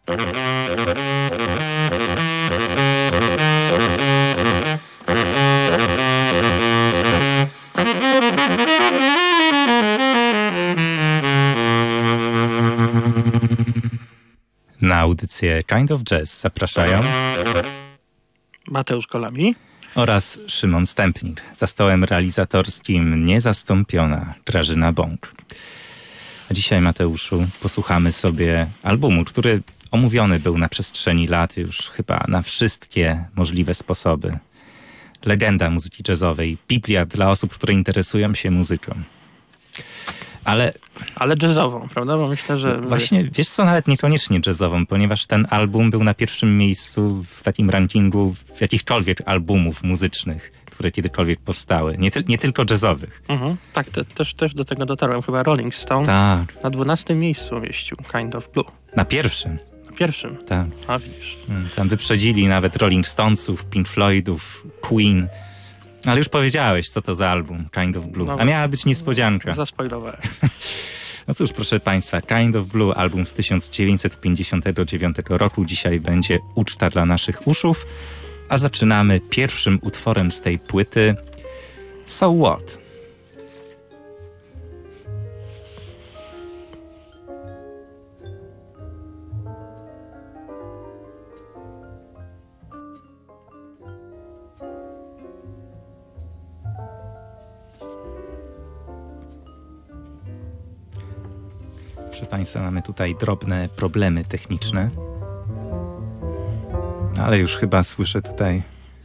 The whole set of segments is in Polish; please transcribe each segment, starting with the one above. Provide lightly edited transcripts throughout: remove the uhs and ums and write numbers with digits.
Na audycję Kind of Jazz zapraszają Mateusz Kolami oraz Szymon Stępnik. Za stołem realizatorskim niezastąpiona Grażyna Bąk. A dzisiaj, Mateuszu, posłuchamy sobie albumu, który omówiony był na przestrzeni lat już chyba na wszystkie możliwe sposoby. Legenda muzyki jazzowej, Biblia dla osób, które interesują się muzyką. Ale jazzową, prawda? Bo myślę, że... Właśnie, wiesz co, nawet niekoniecznie jazzową, ponieważ ten album był na pierwszym miejscu w takim rankingu jakichkolwiek albumów muzycznych, które kiedykolwiek powstały. Nie tylko jazzowych. Tak, też do tego dotarłem. Chyba Rolling Stone na 12. miejscu mieścił Kind of Blue. Na pierwszym. Na pierwszym? Tak. A widzisz. Tam wyprzedzili nawet Rolling Stonesów, Pink Floydów, Queen. Ale już powiedziałeś, co to za album, Kind of Blue. A miała być niespodzianka. Zaspoilowałem. No cóż, proszę Państwa, Kind of Blue, album z 1959 roku. Dzisiaj będzie uczta dla naszych uszów, a zaczynamy pierwszym utworem z tej płyty, So What? Proszę Państwa, mamy tutaj drobne problemy techniczne, ale już chyba słyszę tutaj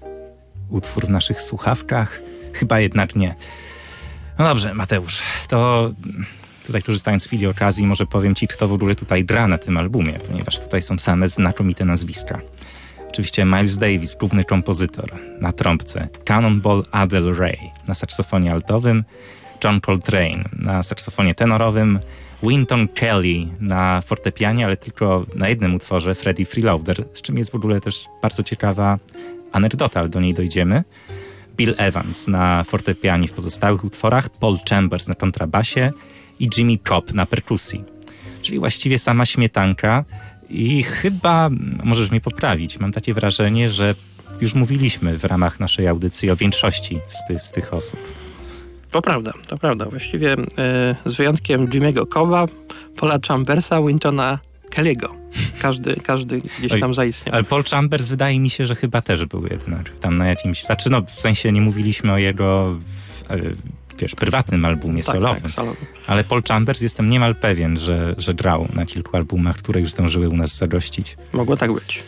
utwór w naszych słuchawkach. Chyba jednak nie. No dobrze, Mateusz, to tutaj korzystając z chwili okazji może powiem Ci, kto w ogóle tutaj gra na tym albumie, ponieważ tutaj są same znakomite nazwiska. Oczywiście Miles Davis, główny kompozytor, na trąbce, Cannonball Adderley Ray na saksofonie altowym, John Coltrane na saksofonie tenorowym, Wynton Kelly na fortepianie, ale tylko na jednym utworze, Freddie Freeloader, z czym jest w ogóle też bardzo ciekawa anegdota, ale do niej dojdziemy. Bill Evans na fortepianie w pozostałych utworach, Paul Chambers na kontrabasie i Jimmy Cobb na perkusji. Czyli właściwie sama śmietanka i chyba, możesz mnie poprawić, mam takie wrażenie, że już mówiliśmy w ramach naszej audycji o większości z tych osób. To prawda. Właściwie z wyjątkiem Jimmy'ego Cobba, Paula Chambersa, Wyntona Kelly'ego. Każdy gdzieś tam zaistniał. Ale Paul Chambers wydaje mi się, że chyba też był jednak tam na jakimś... Znaczy, w sensie nie mówiliśmy o jego prywatnym albumie solowym. Tak, solowym. Ale Paul Chambers jestem niemal pewien, że grał na kilku albumach, które już zdążyły u nas zagościć. Mogło tak być.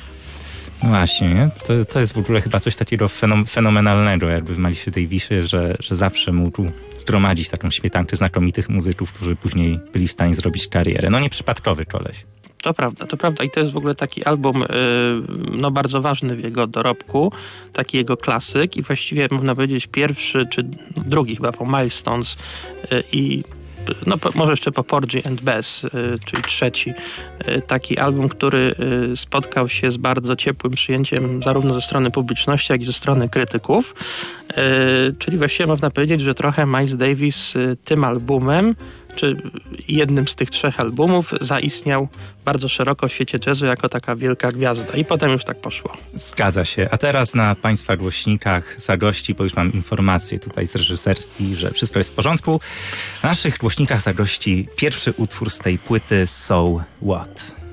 No właśnie, nie? To jest w ogóle chyba coś takiego fenomenalnego jakby w Milesie Davisie, że zawsze mógł zgromadzić taką śmietankę znakomitych muzyków, którzy później byli w stanie zrobić karierę. No nieprzypadkowy koleś. To prawda. I to jest w ogóle taki album bardzo ważny w jego dorobku, taki jego klasyk i właściwie można powiedzieć pierwszy czy drugi chyba po Milestones i może jeszcze po Porgy and Bess, czyli trzeci taki album, który spotkał się z bardzo ciepłym przyjęciem zarówno ze strony publiczności, jak i ze strony krytyków. Czyli właściwie można powiedzieć, że trochę Miles Davis tym albumem, czy jednym z tych trzech albumów zaistniał bardzo szeroko w świecie jazzu jako taka wielka gwiazda i potem już tak poszło. Zgadza się. A teraz na Państwa głośnikach zagości, bo już mam informację tutaj z reżyserski, że wszystko jest w porządku. Na naszych głośnikach zagości pierwszy utwór z tej płyty So What?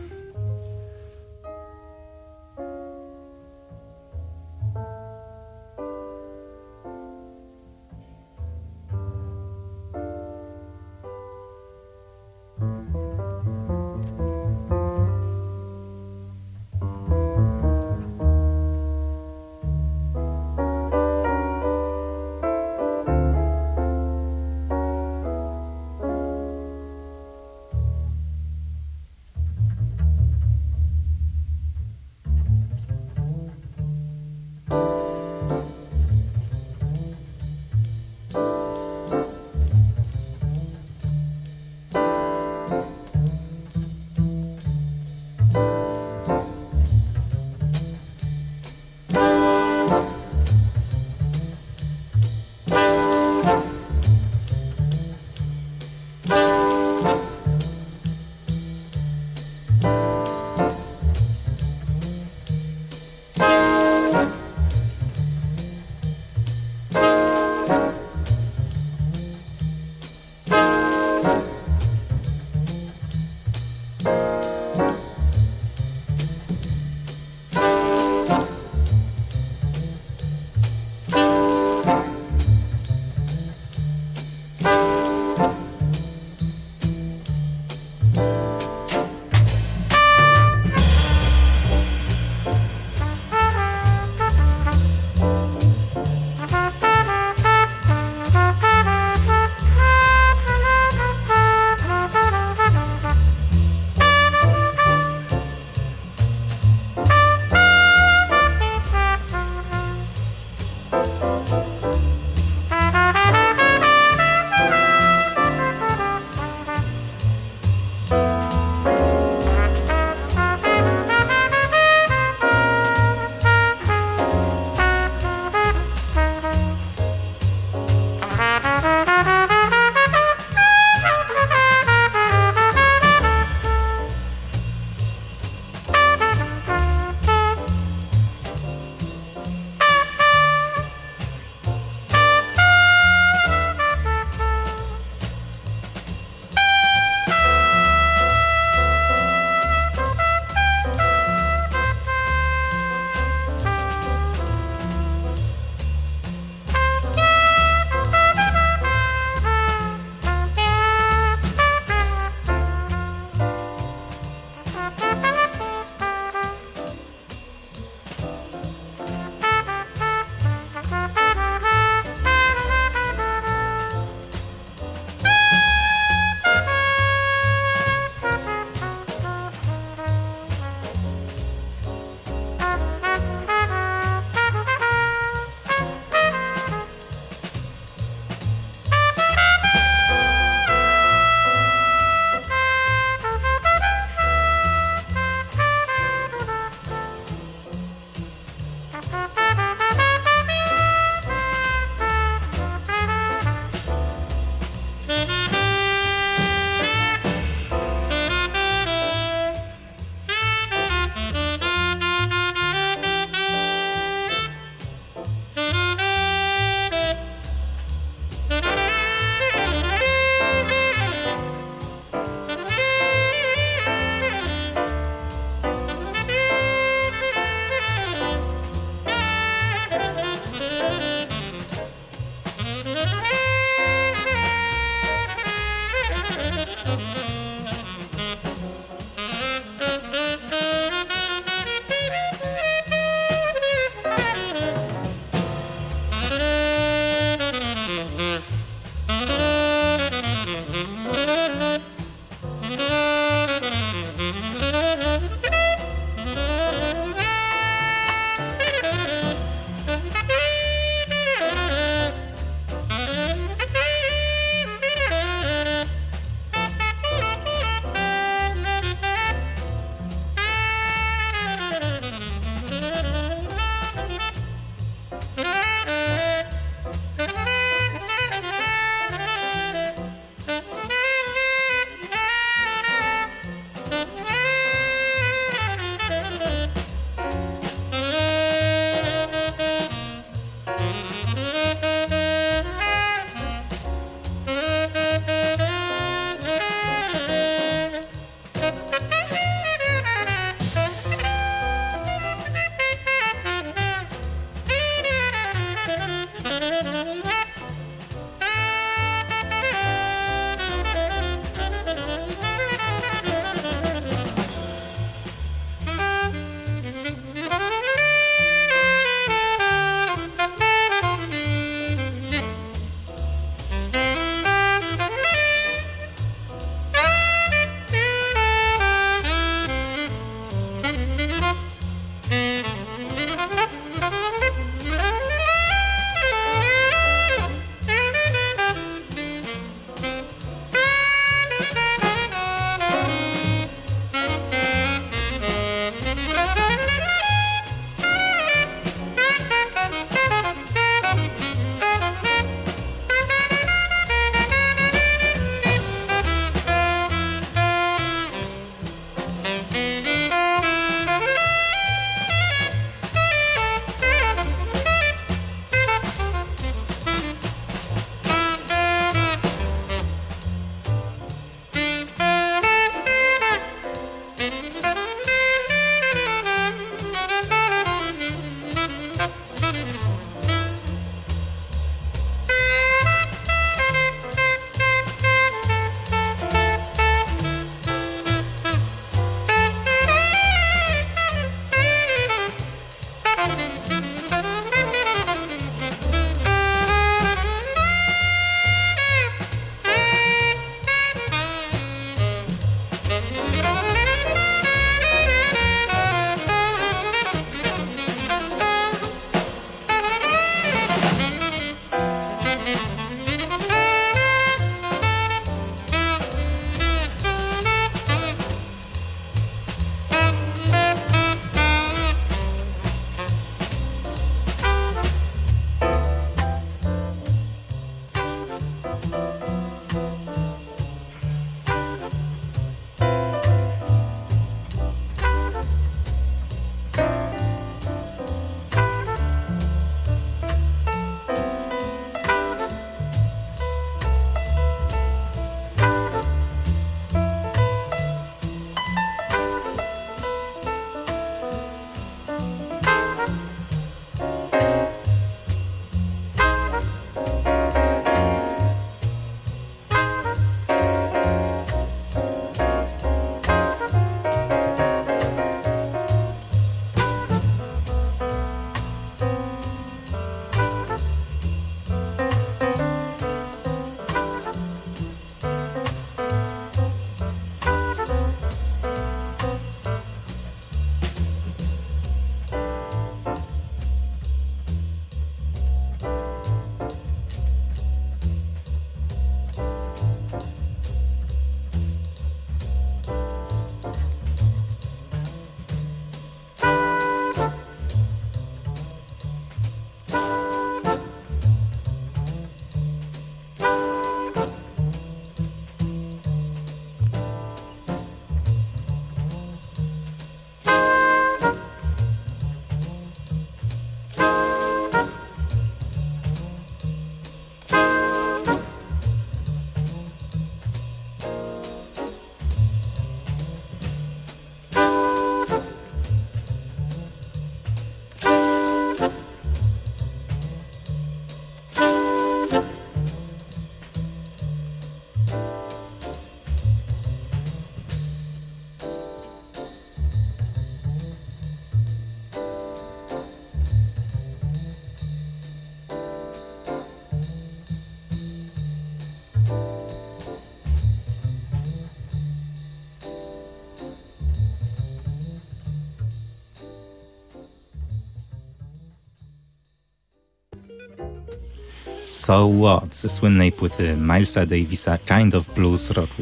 So What ze słynnej płyty Milesa Davisa Kind of Blues roku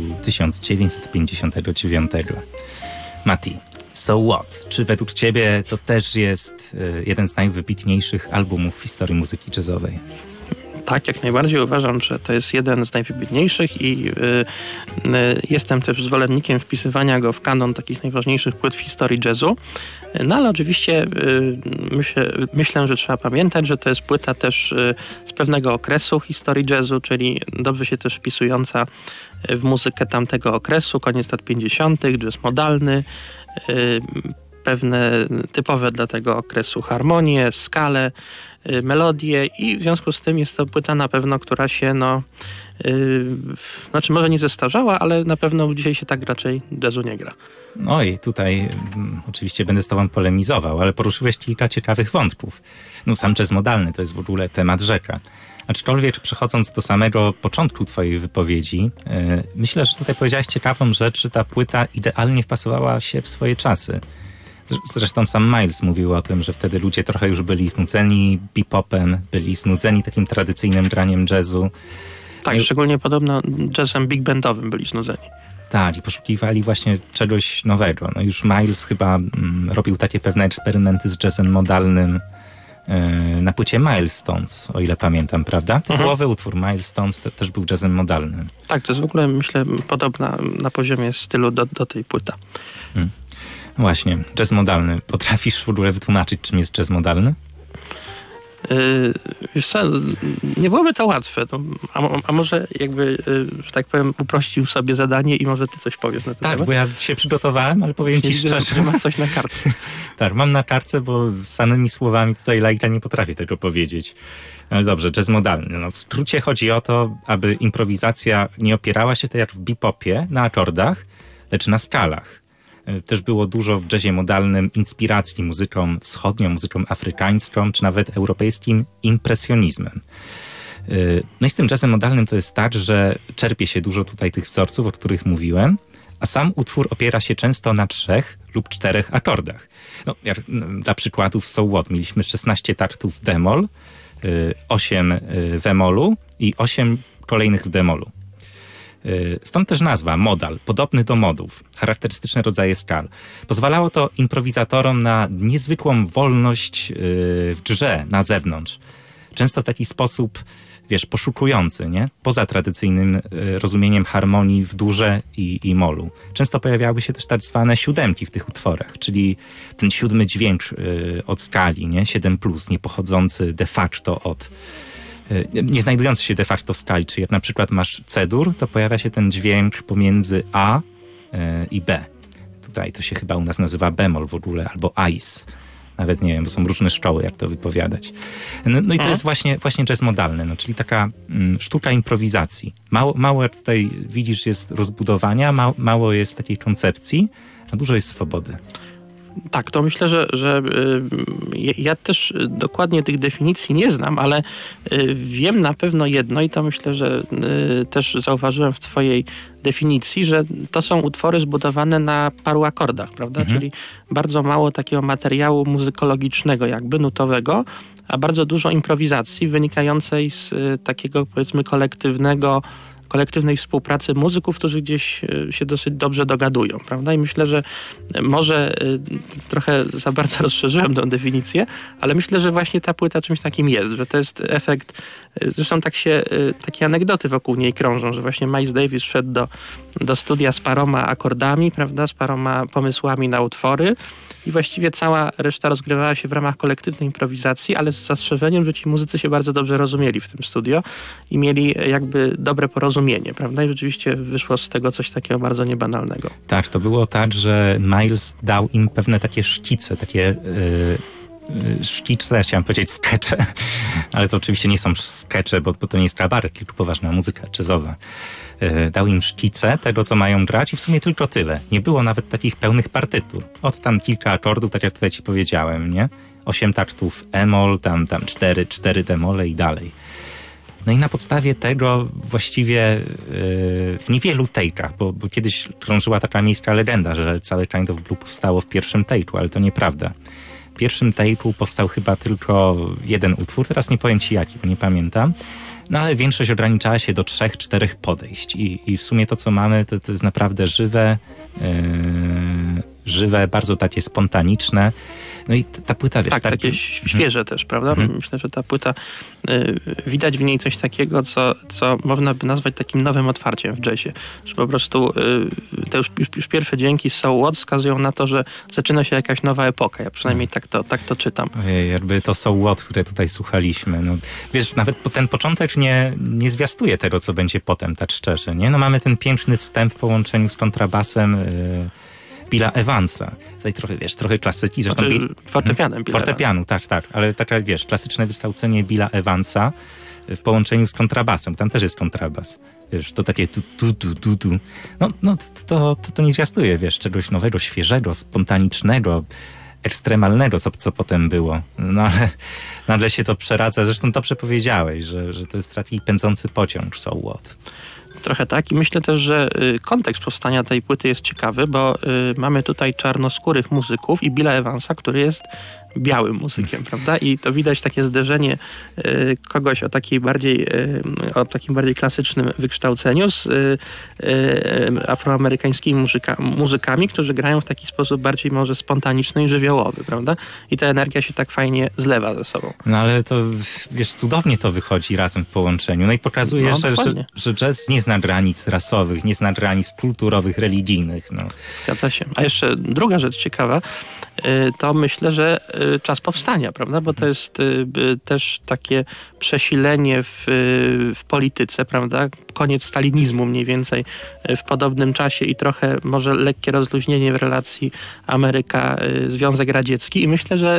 1959. Mati, So What? Czy według ciebie to też jest jeden z najwybitniejszych albumów w historii muzyki jazzowej? Tak, jak najbardziej uważam, że to jest jeden z najwybitniejszych i jestem też zwolennikiem wpisywania go w kanon takich najważniejszych płyt w historii jazzu. No ale oczywiście myślę, że trzeba pamiętać, że to jest płyta też z pewnego okresu historii jazzu, czyli dobrze się też wpisująca w muzykę tamtego okresu, koniec lat 50., jazz modalny, pewne typowe dla tego okresu harmonie, skale, melodie i w związku z tym jest to płyta na pewno, która się znaczy może nie zestarzała, ale na pewno dzisiaj się tak raczej jazzu nie gra. No i tutaj oczywiście będę z tobą polemizował, ale poruszyłeś kilka ciekawych wątków. No sam jazz modalny to jest w ogóle temat rzeka. Aczkolwiek przechodząc do samego początku twojej wypowiedzi, myślę, że tutaj powiedziałeś ciekawą rzecz, że ta płyta idealnie wpasowała się w swoje czasy. Zresztą sam Miles mówił o tym, że wtedy ludzie trochę już byli znudzeni bebopem, byli znudzeni takim tradycyjnym graniem jazzu. Tak, szczególnie podobno jazzem big bandowym byli znudzeni. Tak, i poszukiwali właśnie czegoś nowego. No już Miles chyba robił takie pewne eksperymenty z jazzem modalnym na płycie Milestones, o ile pamiętam, prawda? Tytułowy utwór Milestones też był jazzem modalnym. Tak, to jest w ogóle, myślę, podobna na poziomie stylu do tej płyty. Właśnie, jazz modalny. Potrafisz w ogóle wytłumaczyć, czym jest jazz modalny? Wiesz co, nie byłoby to łatwe. A może jakby, że tak powiem, uprościł sobie zadanie i może ty coś powiesz na ten temat? Tak, bo ja się przygotowałem, ale powiem ci szczerze. Że masz coś na kartce. Tak, mam na kartce, bo samymi słowami tutaj laika nie potrafię tego powiedzieć. Ale dobrze, jazz modalny. No, w skrócie chodzi o to, aby improwizacja nie opierała się tak jak w bebopie na akordach, lecz na skalach. Też było dużo w jazzie modalnym inspiracji muzyką wschodnią, muzyką afrykańską, czy nawet europejskim impresjonizmem. No i z tym jazzem modalnym to jest tak, że czerpie się dużo tutaj tych wzorców, o których mówiłem, a sam utwór opiera się często na 3 lub 4 akordach. No, jak dla przykładów w So What mieliśmy 16 taktów w d-moll, 8 w e-mollu i 8 kolejnych w d-mollu. Stąd też nazwa modal, podobny do modów, charakterystyczne rodzaje skal. Pozwalało to improwizatorom na niezwykłą wolność w grze na zewnątrz. Często w taki sposób, wiesz, poszukujący, nie? Poza tradycyjnym rozumieniem harmonii w durze i molu. Często pojawiały się też tak zwane siódemki w tych utworach, czyli ten 7 dźwięk od skali, nie? 7+, nie pochodzący de facto nie znajdujący się de facto w skali, czyli jak na przykład masz C-dur, to pojawia się ten dźwięk pomiędzy A i B. Tutaj to się chyba u nas nazywa bemol w ogóle, albo ice. Nawet nie wiem, bo są różne szkoły, jak to wypowiadać. No i to jest właśnie jazz modalny, no, czyli taka sztuka improwizacji. Mało jak tutaj widzisz jest rozbudowania, mało jest takiej koncepcji, a dużo jest swobody. Tak, to myślę, że ja też dokładnie tych definicji nie znam, ale wiem na pewno jedno i to myślę, że też zauważyłem w twojej definicji, że to są utwory zbudowane na paru akordach, prawda? Czyli bardzo mało takiego materiału muzykologicznego, jakby nutowego, a bardzo dużo improwizacji wynikającej z takiego, powiedzmy, kolektywnej współpracy muzyków, którzy gdzieś się dosyć dobrze dogadują, prawda? I myślę, że może trochę za bardzo rozszerzyłem tę definicję, ale myślę, że właśnie ta płyta czymś takim jest, że to jest efekt, zresztą takie anegdoty wokół niej krążą, że właśnie Miles Davis szedł do studia z paroma akordami, prawda? Z paroma pomysłami na utwory i właściwie cała reszta rozgrywała się w ramach kolektywnej improwizacji, ale z zastrzeżeniem, że ci muzycy się bardzo dobrze rozumieli w tym studio i mieli jakby dobre porozumienie, prawda? I rzeczywiście wyszło z tego coś takiego bardzo niebanalnego. Tak, to było tak, że Miles dał im pewne takie szkice, szkice, chciałem powiedzieć skecze, ale to oczywiście nie są skecze, bo to nie jest kabaret, tylko poważna muzyka jazzowa. Dał im szkice tego, co mają grać i w sumie tylko tyle. Nie było nawet takich pełnych partytur. Od tam kilka akordów, tak jak tutaj ci powiedziałem, nie? 8 taktów e-moll, tam 4 d-molle i dalej. No i na podstawie tego właściwie w niewielu take'ach, bo kiedyś krążyła taka miejska legenda, że całe Kind of Blue powstało w pierwszym take'u, ale to nieprawda. W pierwszym take'u powstał chyba tylko jeden utwór, teraz nie powiem ci jaki, bo nie pamiętam, No ale większość ograniczała się do 3-4 podejść i w sumie to, co mamy, to jest naprawdę żywe, bardzo takie spontaniczne. No i ta płyta, wiesz... Tak, takie świeże też, prawda? Myślę, że ta płyta, widać w niej coś takiego, co można by nazwać takim nowym otwarciem w jazzie. Że po prostu te już pierwsze dźwięki So What wskazują na to, że zaczyna się jakaś nowa epoka. Ja przynajmniej tak to czytam. Ojej, jakby to So What, które tutaj słuchaliśmy. No, wiesz, nawet ten początek nie zwiastuje tego, co będzie potem, tak szczerze, nie? No mamy ten piękny wstęp w połączeniu z kontrabasem Billa Evansa. Tutaj trochę klasyki. Zresztą Fortepianem Billa Fortepianu, tak. Ale takie, klasyczne wykształcenie Billa Evansa w połączeniu z kontrabasem. Tam też jest kontrabas. Wiesz, to takie tu. No, to nie zwiastuje, wiesz, czegoś nowego, świeżego, spontanicznego, ekstremalnego, co potem było. No ale nagle się to przeradza. Zresztą dobrze powiedziałeś, że to jest taki pędzący pociąg, So What. Trochę tak i myślę też, że kontekst powstania tej płyty jest ciekawy, bo mamy tutaj czarnoskórych muzyków i Billa Evansa, który jest białym muzykiem, prawda? I to widać takie zderzenie kogoś o takim bardziej klasycznym wykształceniu z afroamerykańskimi muzykami, którzy grają w taki sposób bardziej może spontaniczny i żywiołowy, prawda? I ta energia się tak fajnie zlewa ze sobą. No ale to, wiesz, cudownie to wychodzi razem w połączeniu. No i pokazuje, że jazz nie zna granic rasowych, nie zna granic kulturowych, religijnych. No. Zgadza się. A jeszcze druga rzecz ciekawa, to myślę, że czas powstania, prawda? Bo to jest też takie przesilenie w polityce, prawda? Koniec stalinizmu mniej więcej w podobnym czasie i trochę może lekkie rozluźnienie w relacji Ameryka-Związek Radziecki i myślę, że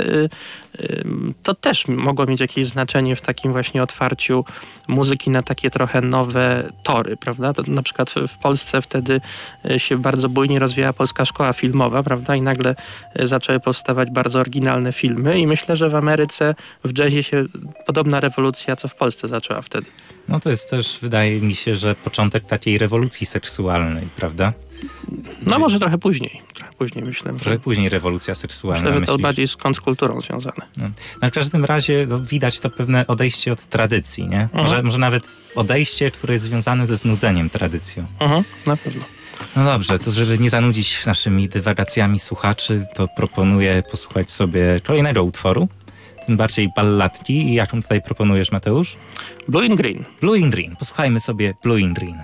to też mogło mieć jakieś znaczenie w takim właśnie otwarciu muzyki na takie trochę nowe tory, prawda? To na przykład w Polsce wtedy się bardzo bujnie rozwijała polska szkoła filmowa, prawda? I nagle zaczęły powstawać bardzo oryginalne filmy i myślę, że w Ameryce w jazzie się podobna rewolucja, co w Polsce zaczęła wtedy. No to jest też, wydaje mi się, że początek takiej rewolucji seksualnej, prawda? No może trochę później myślę. Trochę później rewolucja seksualna. Myślę, że to bardziej z kontrkulturą związane. No. W każdym razie widać to pewne odejście od tradycji, nie? Może nawet odejście, które jest związane ze znudzeniem tradycją. Na pewno. No dobrze, to żeby nie zanudzić naszymi dywagacjami słuchaczy, to proponuję posłuchać sobie kolejnego utworu, tym bardziej balladki. I jaką tutaj proponujesz, Mateusz? Blue in Green. Blue in Green. Posłuchajmy sobie Blue in Green.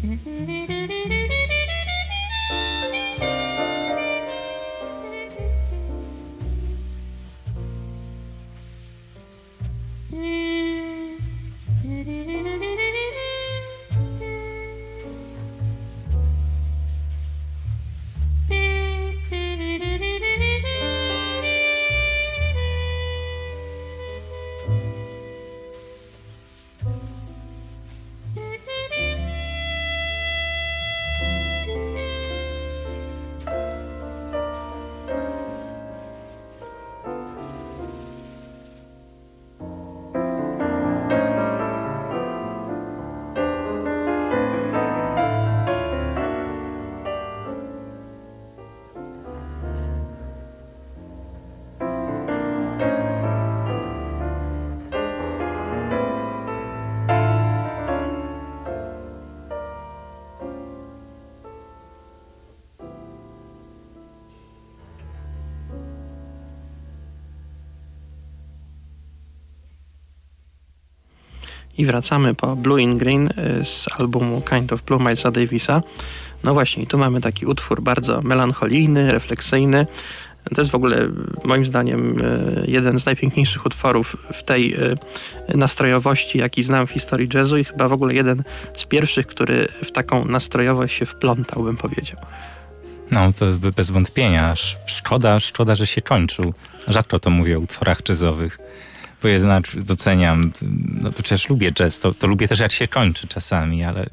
I wracamy po Blue in Green z albumu Kind of Blue Milesa Davisa. No właśnie, tu mamy taki utwór bardzo melancholijny, refleksyjny. To jest w ogóle moim zdaniem jeden z najpiękniejszych utworów w tej nastrojowości, jaki znam w historii jazzu i chyba w ogóle jeden z pierwszych, który w taką nastrojowość się wplątał, bym powiedział. No, to bez wątpienia. Szkoda, że się kończył. Rzadko to mówię o utworach jazzowych. Bo jednak doceniam, no przecież lubię jazz, to lubię też jak się kończy czasami, ale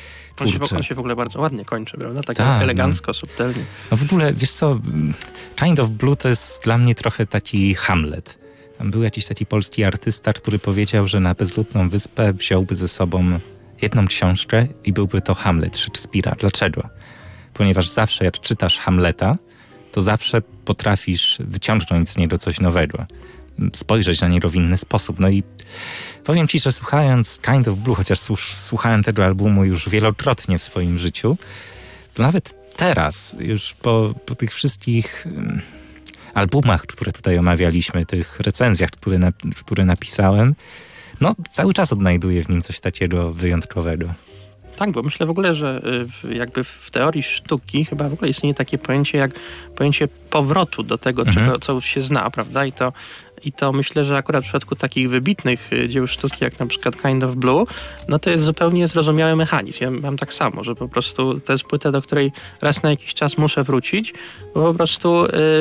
on się w ogóle bardzo ładnie kończy, prawda? Tak elegancko, subtelnie. No w ogóle, wiesz co, Kind of Blue to jest dla mnie trochę taki Hamlet. Tam był jakiś taki polski artysta, który powiedział, że na bezludną wyspę wziąłby ze sobą jedną książkę i byłby to Hamlet Szekspira. Dlaczego? Ponieważ zawsze jak czytasz Hamleta, to zawsze potrafisz wyciągnąć z niego coś nowego. Spojrzeć na niego w inny sposób. No i powiem ci, że słuchając Kind of Blue, chociaż słuchałem tego albumu już wielokrotnie w swoim życiu, to nawet teraz, już po tych wszystkich albumach, które tutaj omawialiśmy, tych recenzjach, które napisałem, no cały czas odnajduję w nim coś takiego wyjątkowego. Tak, bo myślę w ogóle, że jakby w teorii sztuki chyba w ogóle istnieje takie pojęcie jak pojęcie powrotu do tego, co już się zna, prawda? I to myślę, że akurat w przypadku takich wybitnych dzieł sztuki, jak na przykład Kind of Blue, no to jest zupełnie zrozumiały mechanizm. Ja mam tak samo, że po prostu to jest płyta, do której raz na jakiś czas muszę wrócić, bo po prostu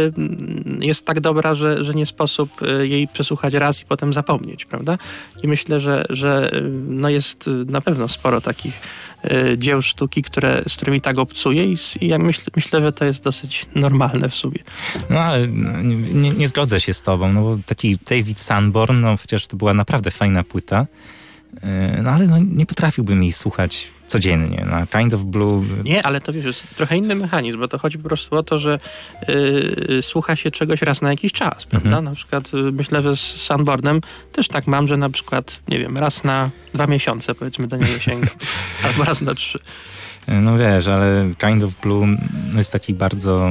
jest tak dobra, że nie sposób jej przesłuchać raz i potem zapomnieć, prawda? I myślę, że no jest na pewno sporo takich dzieł sztuki, z którymi tak obcuję i ja myślę, że to jest dosyć normalne w sobie. No ale nie zgodzę się z tobą, no bo taki David Sanborn, no przecież to była naprawdę fajna płyta, no ale no, nie potrafiłbym jej słuchać codziennie. No, Kind of Blue... Nie, ale to wiesz, jest trochę inny mechanizm, bo to chodzi po prostu o to, że słucha się czegoś raz na jakiś czas, prawda? Na przykład myślę, że z Sanbornem też tak mam, że na przykład, nie wiem, raz na 2 miesiące powiedzmy do niego sięgam, albo raz na 3. No wiesz, ale Kind of Blue jest taki bardzo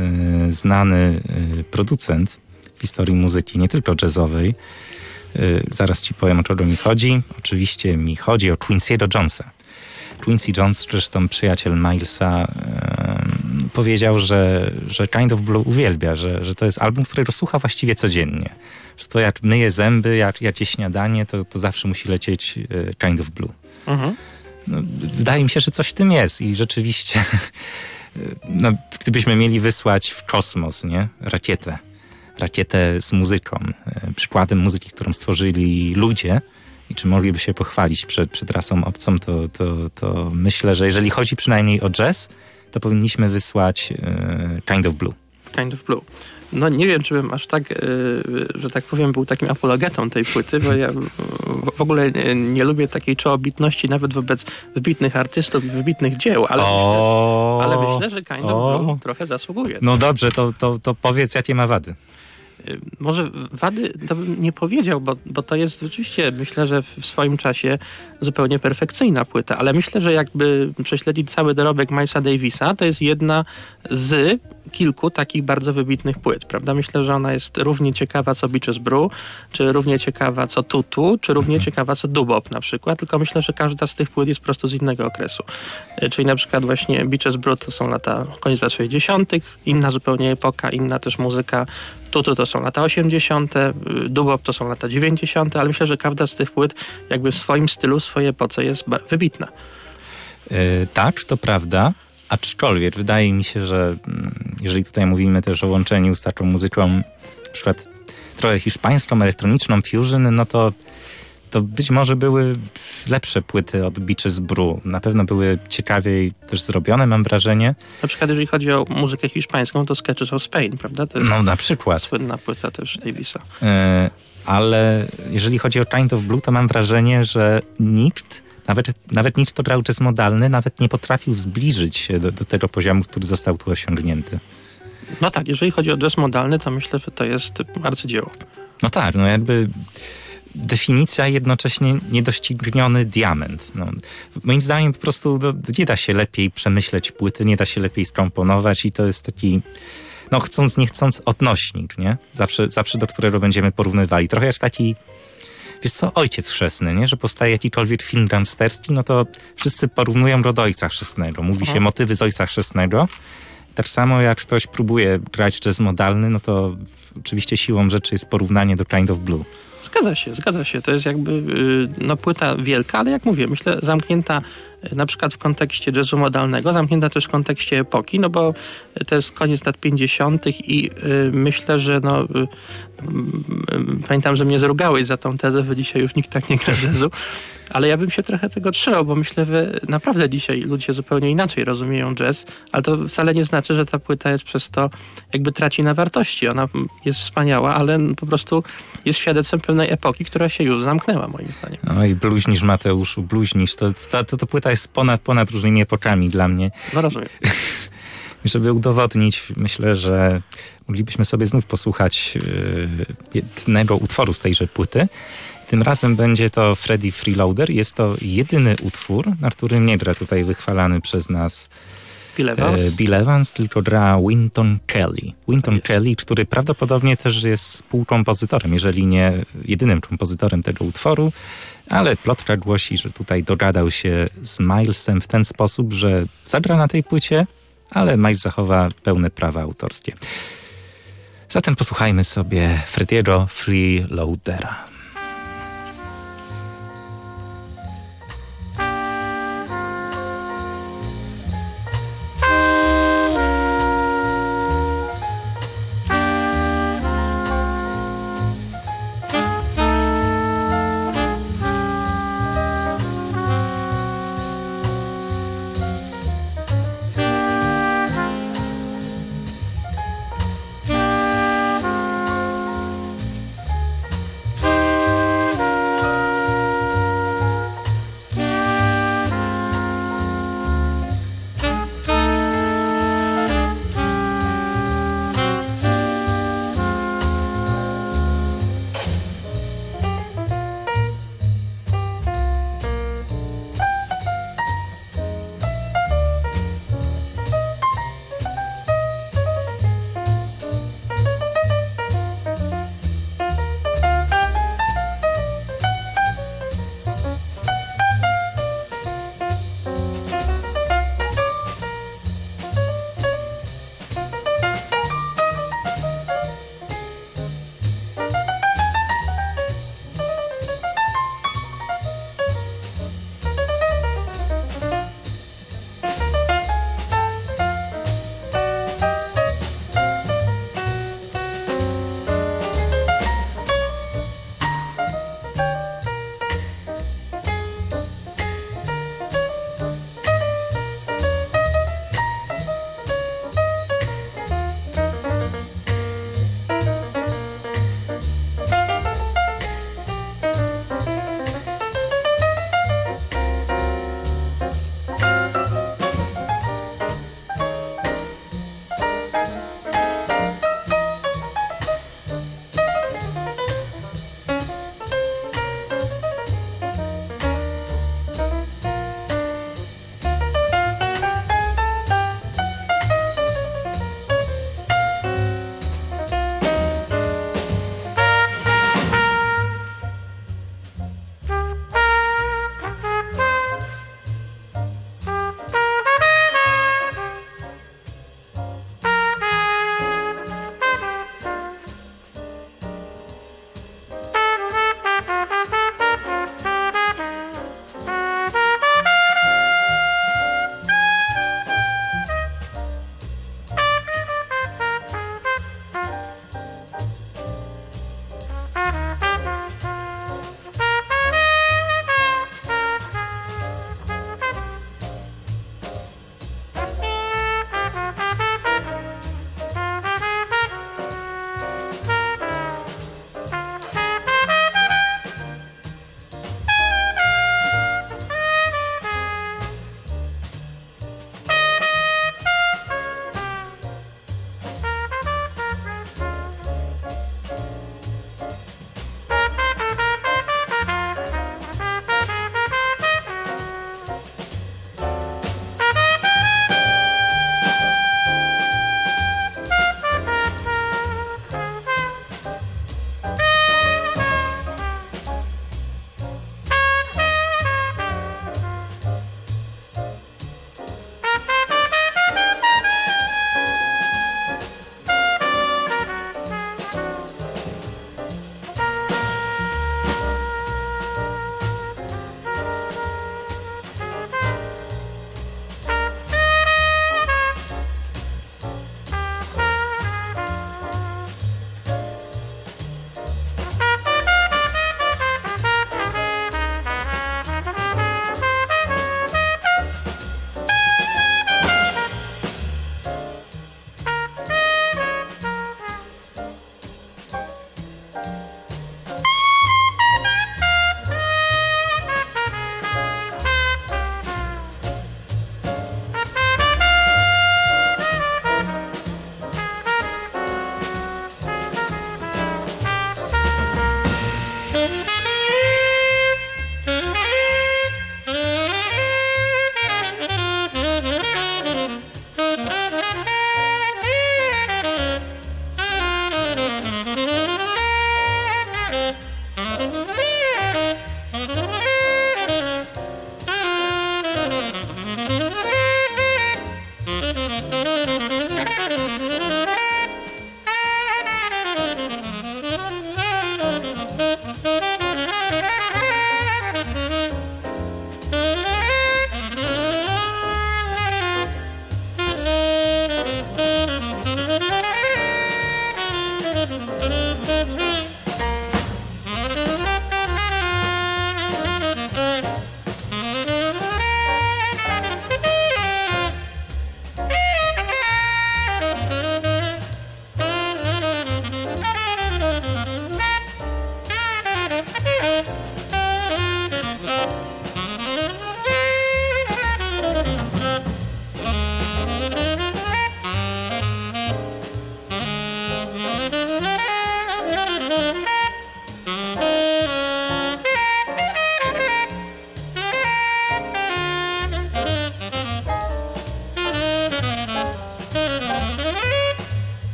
znany producent w historii muzyki, nie tylko jazzowej. Zaraz ci powiem, o kogo mi chodzi. Oczywiście mi chodzi o Quincy'ego Jonesa. Quincy Jones, zresztą przyjaciel Milesa, powiedział, że Kind of Blue uwielbia, że to jest album, którego słucha właściwie codziennie. Że to jak myje zęby, jak je śniadanie, to zawsze musi lecieć Kind of Blue. No, wydaje mi się, że coś w tym jest i rzeczywiście no, gdybyśmy mieli wysłać w kosmos, nie? Rakietę z muzyką, przykładem muzyki, którą stworzyli ludzie i czy mogliby się pochwalić przed rasą obcą, to myślę, że jeżeli chodzi przynajmniej o jazz, to powinniśmy wysłać Kind of Blue. Kind of Blue. No nie wiem, czy bym aż tak, że tak powiem, był takim apologetą tej płyty, bo ja w ogóle nie lubię takiej czołobitności nawet wobec wybitnych artystów i wybitnych dzieł, ale myślę, że Kind of Blue trochę zasługuje. No dobrze, to powiedz, jakie ma wady. Może wady to bym nie powiedział, bo to jest rzeczywiście, myślę, że w swoim czasie zupełnie perfekcyjna płyta, ale myślę, że jakby prześledzić cały dorobek Milesa Davisa, to jest jedna z kilku takich bardzo wybitnych płyt, prawda? Myślę, że ona jest równie ciekawa co Beaches Brew, czy równie ciekawa co Tutu, czy równie ciekawa co Doo-Wop na przykład, tylko myślę, że każda z tych płyt jest po prostu z innego okresu. Czyli na przykład właśnie Beaches Brew to są koniec lat 60., inna zupełnie epoka, inna też muzyka. Tutu to są lata 80., Doo-Wop to są lata 90., ale myślę, że każda z tych płyt jakby w swoim stylu, w swojej epoce jest wybitna. Tak, to prawda. Aczkolwiek wydaje mi się, że jeżeli tutaj mówimy też o łączeniu z taką muzyką, na przykład trochę hiszpańską, elektroniczną, fusion, no to być może były lepsze płyty od Beaches Brew. Na pewno były ciekawiej też zrobione, mam wrażenie. Na przykład jeżeli chodzi o muzykę hiszpańską, to Sketches of Spain, prawda? To jest no na przykład. Słynna płyta też Davisa. Ale jeżeli chodzi o Kind of Blue, to mam wrażenie, że nikt, nawet nikt, kto grał jazz modalny, nawet nie potrafił zbliżyć się do tego poziomu, który został tu osiągnięty. No tak, jeżeli chodzi o jazz modalny, to myślę, że to jest arcydzieło. No tak, no jakby definicja jednocześnie niedościgniony diament. No, moim zdaniem po prostu nie da się lepiej przemyśleć płyty, nie da się lepiej skomponować i to jest taki, no chcąc, nie chcąc, odnośnik, nie? Zawsze do którego będziemy porównywali. Trochę jak taki, wiesz co, Ojciec Chrzestny, nie? Że powstaje jakikolwiek film gangsterski, no to wszyscy porównują go do Ojca Chrzestnego. Mówi się motywy z Ojca Chrzestnego. Tak samo jak ktoś próbuje grać jazz modalny, no to oczywiście siłą rzeczy jest porównanie do Kind of Blue. Zgadza się. To jest jakby płyta wielka, ale jak mówię, myślę zamknięta na przykład w kontekście jazzu modalnego, zamknięta też w kontekście epoki, no bo to jest koniec lat 50. i myślę, że pamiętam, że mnie zrugałeś za tą tezę, że dzisiaj już nikt tak nie gra jazzu, ale ja bym się trochę tego trzymał, bo myślę, że naprawdę dzisiaj ludzie zupełnie inaczej rozumieją jazz, ale to wcale nie znaczy, że ta płyta jest przez to jakby traci na wartości. Ona jest wspaniała, ale po prostu jest świadectwem pewnej epoki, która się już zamknęła, moim zdaniem. No i bluźnisz, Mateuszu, bluźnisz. To płyta jest ponad różnymi epokami dla mnie. No rozumiem. Żeby udowodnić, myślę, że moglibyśmy sobie znów posłuchać jednego utworu z tejże płyty. Tym razem będzie to Freddie Freeloader. Jest to jedyny utwór, na którym nie gra tutaj wychwalany przez nas Bill Evans, tylko gra Wynton Kelly. Wynton Kelly, który prawdopodobnie też jest współkompozytorem, jeżeli nie jedynym kompozytorem tego utworu, ale plotka głosi, że tutaj dogadał się z Milesem w ten sposób, że zagra na tej płycie, ale Miles zachowa pełne prawa autorskie. Zatem posłuchajmy sobie Frediego Freeloadera.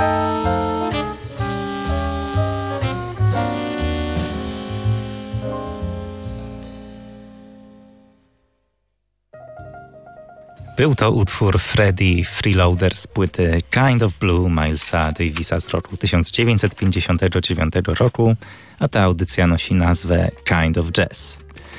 Był to utwór Freddie Freeloader z płyty Kind of Blue Milesa Davisa z roku 1959 roku, a ta audycja nosi nazwę Kind of Jazz.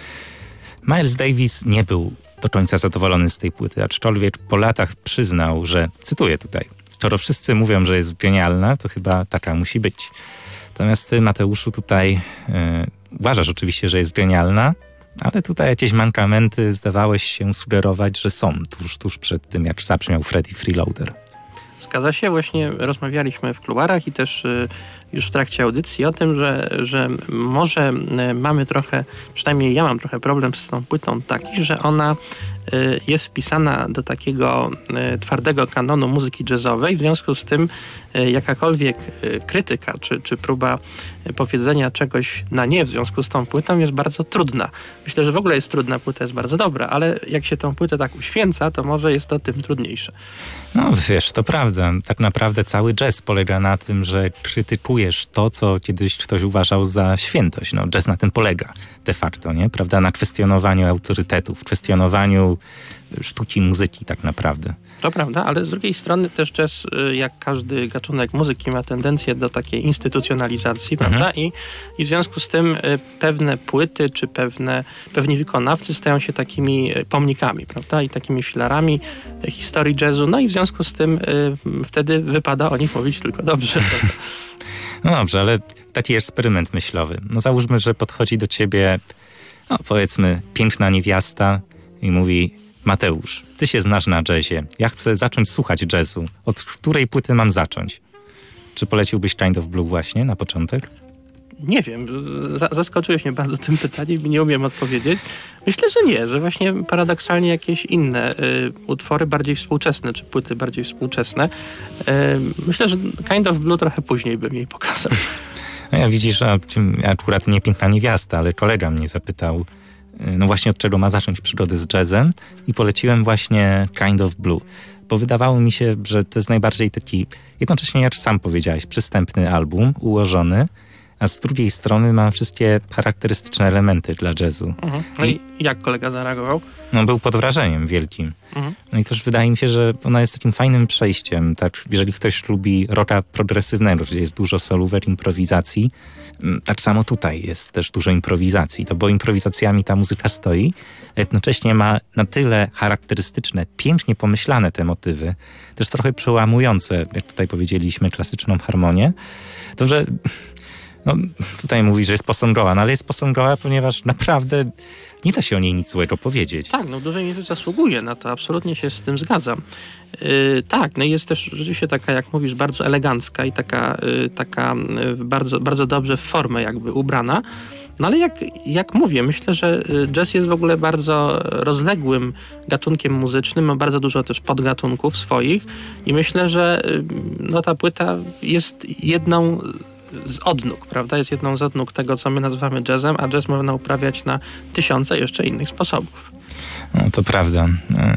Miles Davis nie był do końca zadowolony z tej płyty, aczkolwiek po latach przyznał, że, cytuję tutaj, skoro wszyscy mówią, że jest genialna, to chyba taka musi być. Natomiast ty, Mateuszu, tutaj uważasz oczywiście, że jest genialna, ale tutaj jakieś mankamenty zdawałeś się sugerować, że są tuż przed tym, jak zabrzmiał Freddie Freeloader. Zgadza się, właśnie rozmawialiśmy w kuluarach i też już w trakcie audycji o tym, że może mamy trochę, przynajmniej ja mam trochę problem z tą płytą taki, że ona jest wpisana do takiego twardego kanonu muzyki jazzowej, w związku z tym jakakolwiek krytyka czy próba powiedzenia czegoś na nie w związku z tą płytą jest bardzo trudna. Myślę, że w ogóle jest trudna, płyta jest bardzo dobra, ale jak się tą płytę tak uświęca, to może jest to tym trudniejsze. No wiesz, to prawda. Tak naprawdę cały jazz polega na tym, że krytykujesz to, co kiedyś ktoś uważał za świętość. No, jazz na tym polega de facto, nie? Prawda? Na kwestionowaniu autorytetów, kwestionowaniu sztuki muzyki tak naprawdę. To prawda, ale z drugiej strony też jazz, jak każdy gatunek muzyki, ma tendencję do takiej instytucjonalizacji, prawda? I w związku z tym pewne płyty, czy pewni wykonawcy stają się takimi pomnikami, prawda? I takimi filarami historii jazzu. No i w związku z tym wtedy wypada o nich mówić tylko dobrze. No dobrze, ale taki eksperyment myślowy. No załóżmy, że podchodzi do ciebie, no powiedzmy, piękna niewiasta i mówi: Mateusz, ty się znasz na jazzie. Ja chcę zacząć słuchać jazzu. Od której płyty mam zacząć? Czy poleciłbyś Kind of Blue właśnie na początek? Nie wiem, zaskoczyłeś mnie bardzo tym pytaniem i nie umiem odpowiedzieć. Myślę, że nie, że właśnie paradoksalnie jakieś inne utwory bardziej współczesne, czy płyty bardziej współczesne. Myślę, że Kind of Blue trochę później bym jej pokazał. No ja widzisz, ja akurat nie piękna niewiasta, ale kolega mnie zapytał, no właśnie od czego ma zacząć przygodę z jazzem i poleciłem właśnie Kind of Blue, bo wydawało mi się, że to jest najbardziej taki, jednocześnie jak sam powiedziałeś, przystępny album, ułożony, a z drugiej strony ma wszystkie charakterystyczne elementy dla jazzu. No i jak kolega zareagował? No był pod wrażeniem wielkim. No i też wydaje mi się, że ona jest takim fajnym przejściem, tak, jeżeli ktoś lubi rocka progresywnego, gdzie jest dużo solówek, improwizacji, tak samo tutaj jest też dużo improwizacji, to bo improwizacjami ta muzyka stoi, a jednocześnie ma na tyle charakterystyczne, pięknie pomyślane te motywy, też trochę przełamujące, jak tutaj powiedzieliśmy, klasyczną harmonię, to że no, tutaj mówi, że jest posągowa, no ale jest posągowa, ponieważ naprawdę nie da się o niej nic złego powiedzieć. Tak, no w dużej mierze zasługuje na to, absolutnie się z tym zgadzam. Tak, no i jest też rzeczywiście taka, jak mówisz, bardzo elegancka i taka bardzo, bardzo dobrze w formę jakby ubrana. No ale jak mówię, myślę, że jazz jest w ogóle bardzo rozległym gatunkiem muzycznym, ma bardzo dużo też podgatunków swoich i myślę, że no, ta płyta jest jedną z odnóg, prawda? Jest jedną z odnóg tego, co my nazywamy jazzem, a jazz można uprawiać na tysiące jeszcze innych sposobów. No to prawda.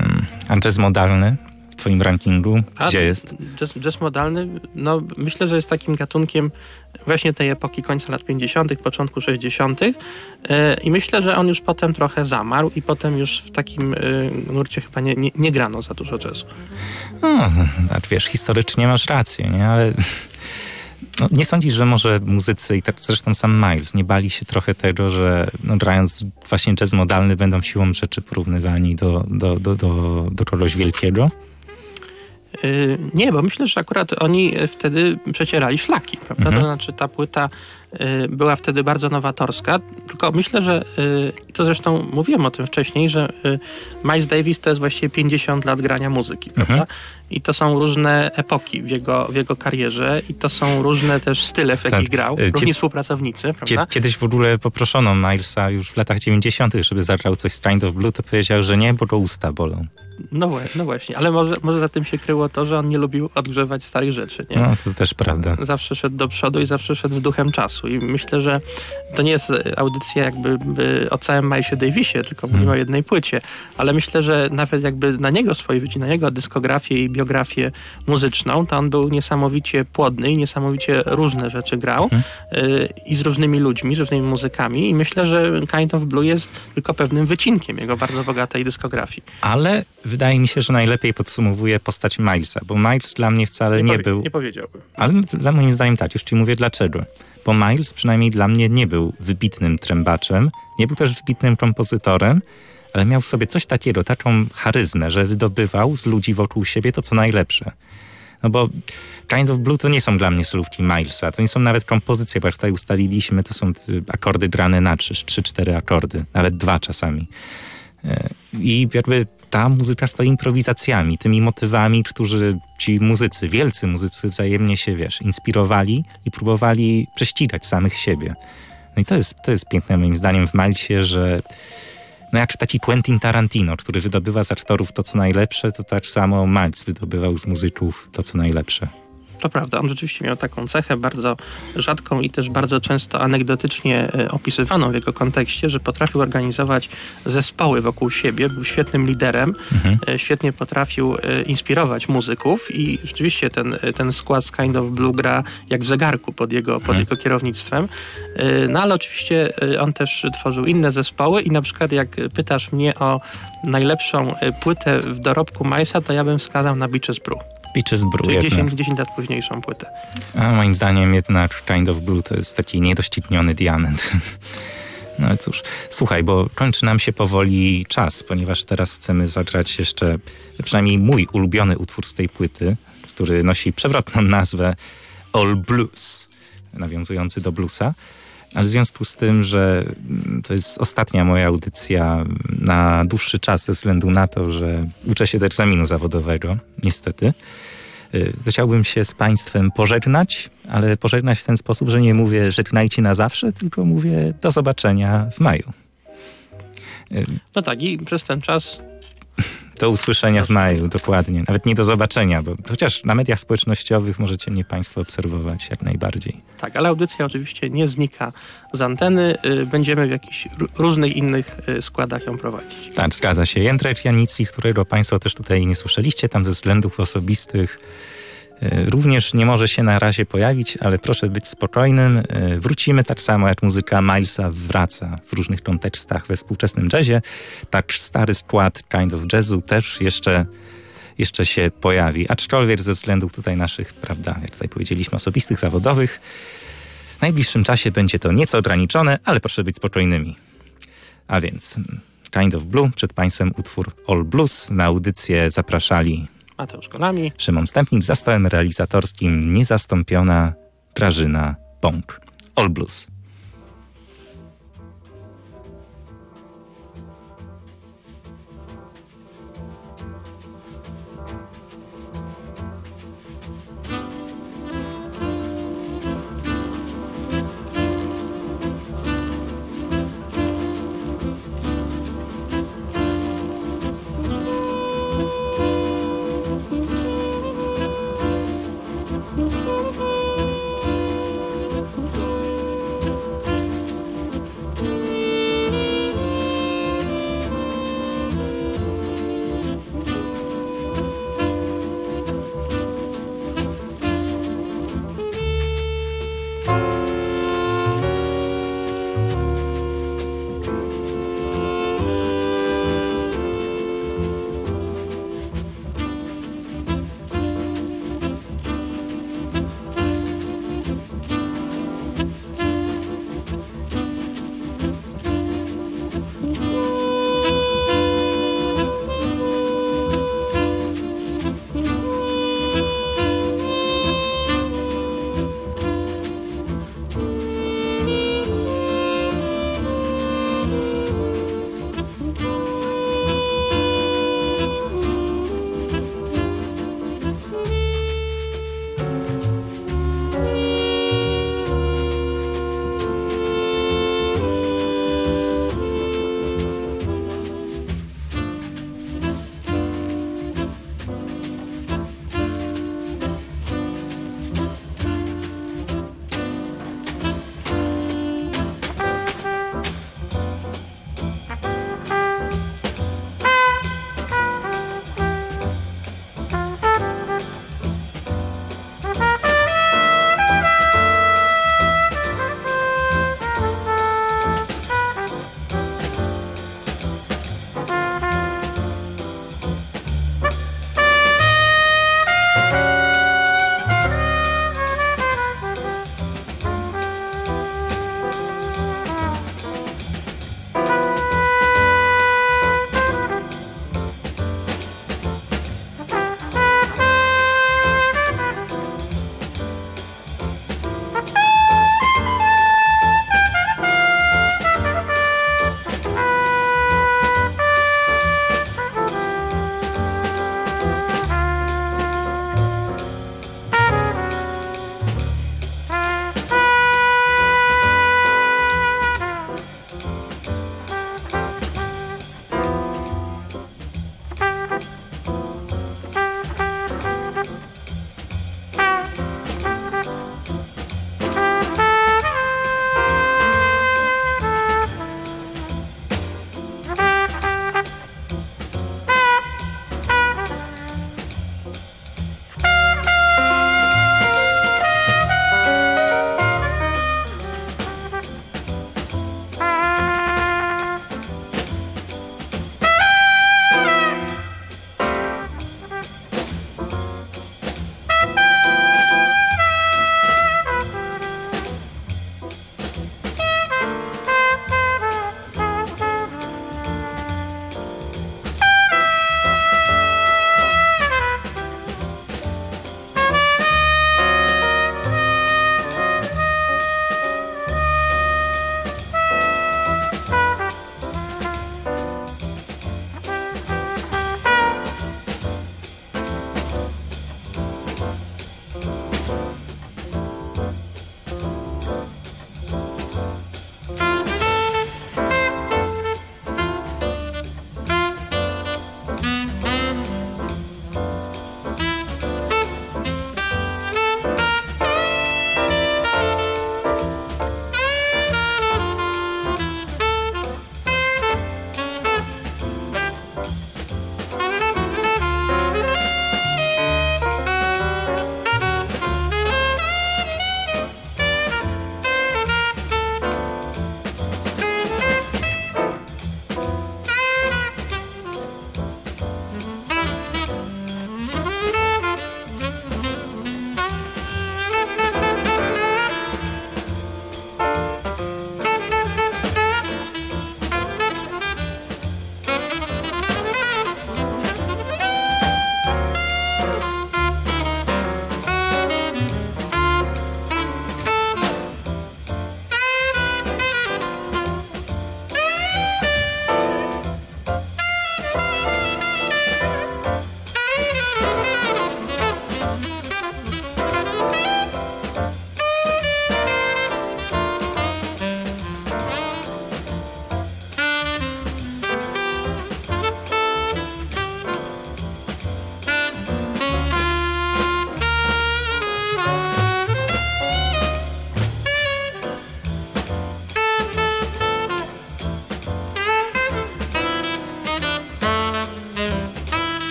A jazz modalny w twoim rankingu gdzie jest? Jazz modalny, no myślę, że jest takim gatunkiem właśnie tej epoki końca lat 50., początku 60. I myślę, że on już potem trochę zamarł i potem już w takim nurcie chyba nie grano za dużo jazzu. No, tak wiesz, historycznie masz rację, nie? Ale no, nie sądzisz, że może muzycy, i tak zresztą sam Miles, nie bali się trochę tego, że no, grając właśnie jazz modalny będą siłą rzeczy porównywani do kogoś wielkiego? Nie, bo myślę, że akurat oni wtedy przecierali szlaki, prawda? To znaczy ta płyta była wtedy bardzo nowatorska, tylko myślę, że i to zresztą mówiłem o tym wcześniej, że Miles Davis to jest właściwie 50 lat grania muzyki, prawda? I to są różne epoki w jego karierze i to są różne też style, w jakich grał, różni współpracownicy, prawda? Kiedyś w ogóle poproszono Milesa już w latach 90., żeby zagrał coś z Kind of Blue, to powiedział, że nie, bo go usta bolą. No właśnie, ale może za tym się kryło to, że on nie lubił odgrzewać starych rzeczy, nie? No, to też prawda. Zawsze szedł do przodu i zawsze szedł z duchem czasu. I myślę, że to nie jest audycja jakby o całym Milesie Davisie, tylko mówimy o jednej płycie. Ale myślę, że nawet jakby na niego spojrzeć, na jego dyskografię i biografię muzyczną, to on był niesamowicie płodny i niesamowicie różne rzeczy grał i z różnymi ludźmi, z różnymi muzykami. I myślę, że Kind of Blue jest tylko pewnym wycinkiem jego bardzo bogatej dyskografii. Ale wydaje mi się, że najlepiej podsumowuje postać Milesa, bo Miles dla mnie wcale nie był... Nie powiedziałbym. Ale dla moim zdaniem tak, już ci mówię dlaczego. Bo Miles przynajmniej dla mnie nie był wybitnym trębaczem, nie był też wybitnym kompozytorem, ale miał w sobie coś takiego, taką charyzmę, że wydobywał z ludzi wokół siebie to, co najlepsze. No bo Kind of Blue to nie są dla mnie solówki Milesa, to nie są nawet kompozycje, bo jak tutaj ustaliliśmy, to są akordy grane na 3-4 akordy, nawet 2 czasami. I jakby ta muzyka stoi improwizacjami, tymi motywami, którzy ci muzycy, wielcy muzycy wzajemnie się, inspirowali i próbowali prześcigać samych siebie. No i to jest piękne moim zdaniem w Milesie, że no jak taki Quentin Tarantino, który wydobywa z aktorów to, co najlepsze, to tak samo Miles wydobywał z muzyków to, co najlepsze. To prawda, on rzeczywiście miał taką cechę bardzo rzadką i też bardzo często anegdotycznie opisywaną w jego kontekście, że potrafił organizować zespoły wokół siebie, był świetnym liderem, świetnie potrafił inspirować muzyków i rzeczywiście ten skład z Kind of Blue gra jak w zegarku pod jego kierownictwem. No ale oczywiście on też tworzył inne zespoły i na przykład jak pytasz mnie o najlepszą płytę w dorobku Milesa, to ja bym wskazał na Beaches Brew. Beaches Brew Czyli jednak. 10 lat późniejszą płytę. A moim zdaniem jednak Kind of Blue to jest taki niedościgniony diament. No ale cóż, słuchaj, bo kończy nam się powoli czas, ponieważ teraz chcemy zagrać jeszcze przynajmniej mój ulubiony utwór z tej płyty, który nosi przewrotną nazwę All Blues, nawiązujący do bluesa. Ale w związku z tym, że to jest ostatnia moja audycja na dłuższy czas ze względu na to, że uczę się do egzaminu zawodowego, niestety, to chciałbym się z Państwem pożegnać, ale pożegnać w ten sposób, że nie mówię żegnajcie na zawsze, tylko mówię do zobaczenia w maju. No tak, i przez ten czas... Do usłyszenia w maju, dokładnie. Nawet nie do zobaczenia, bo chociaż na mediach społecznościowych możecie mnie Państwo obserwować jak najbardziej. Tak, ale audycja oczywiście nie znika z anteny. Będziemy w jakichś różnych innych składach ją prowadzić. Tak, zgadza się. Jędrek Janicki, którego Państwo też tutaj nie słyszeliście, tam ze względów osobistych również nie może się na razie pojawić, ale proszę być spokojnym. Wrócimy tak samo jak muzyka Milesa wraca w różnych kontekstach we współczesnym jazzie. Tak stary skład Kind of Jazzu też jeszcze się pojawi. Aczkolwiek ze względów tutaj naszych, prawda, jak tutaj powiedzieliśmy, osobistych, zawodowych, w najbliższym czasie będzie to nieco ograniczone, ale proszę być spokojnymi. A więc Kind of Blue, przed Państwem utwór All Blues. Na audycję zapraszali Mateusz Golami, Szymon Stępnik, za stołem realizatorskim niezastąpiona Grażyna Bąk. All Blues.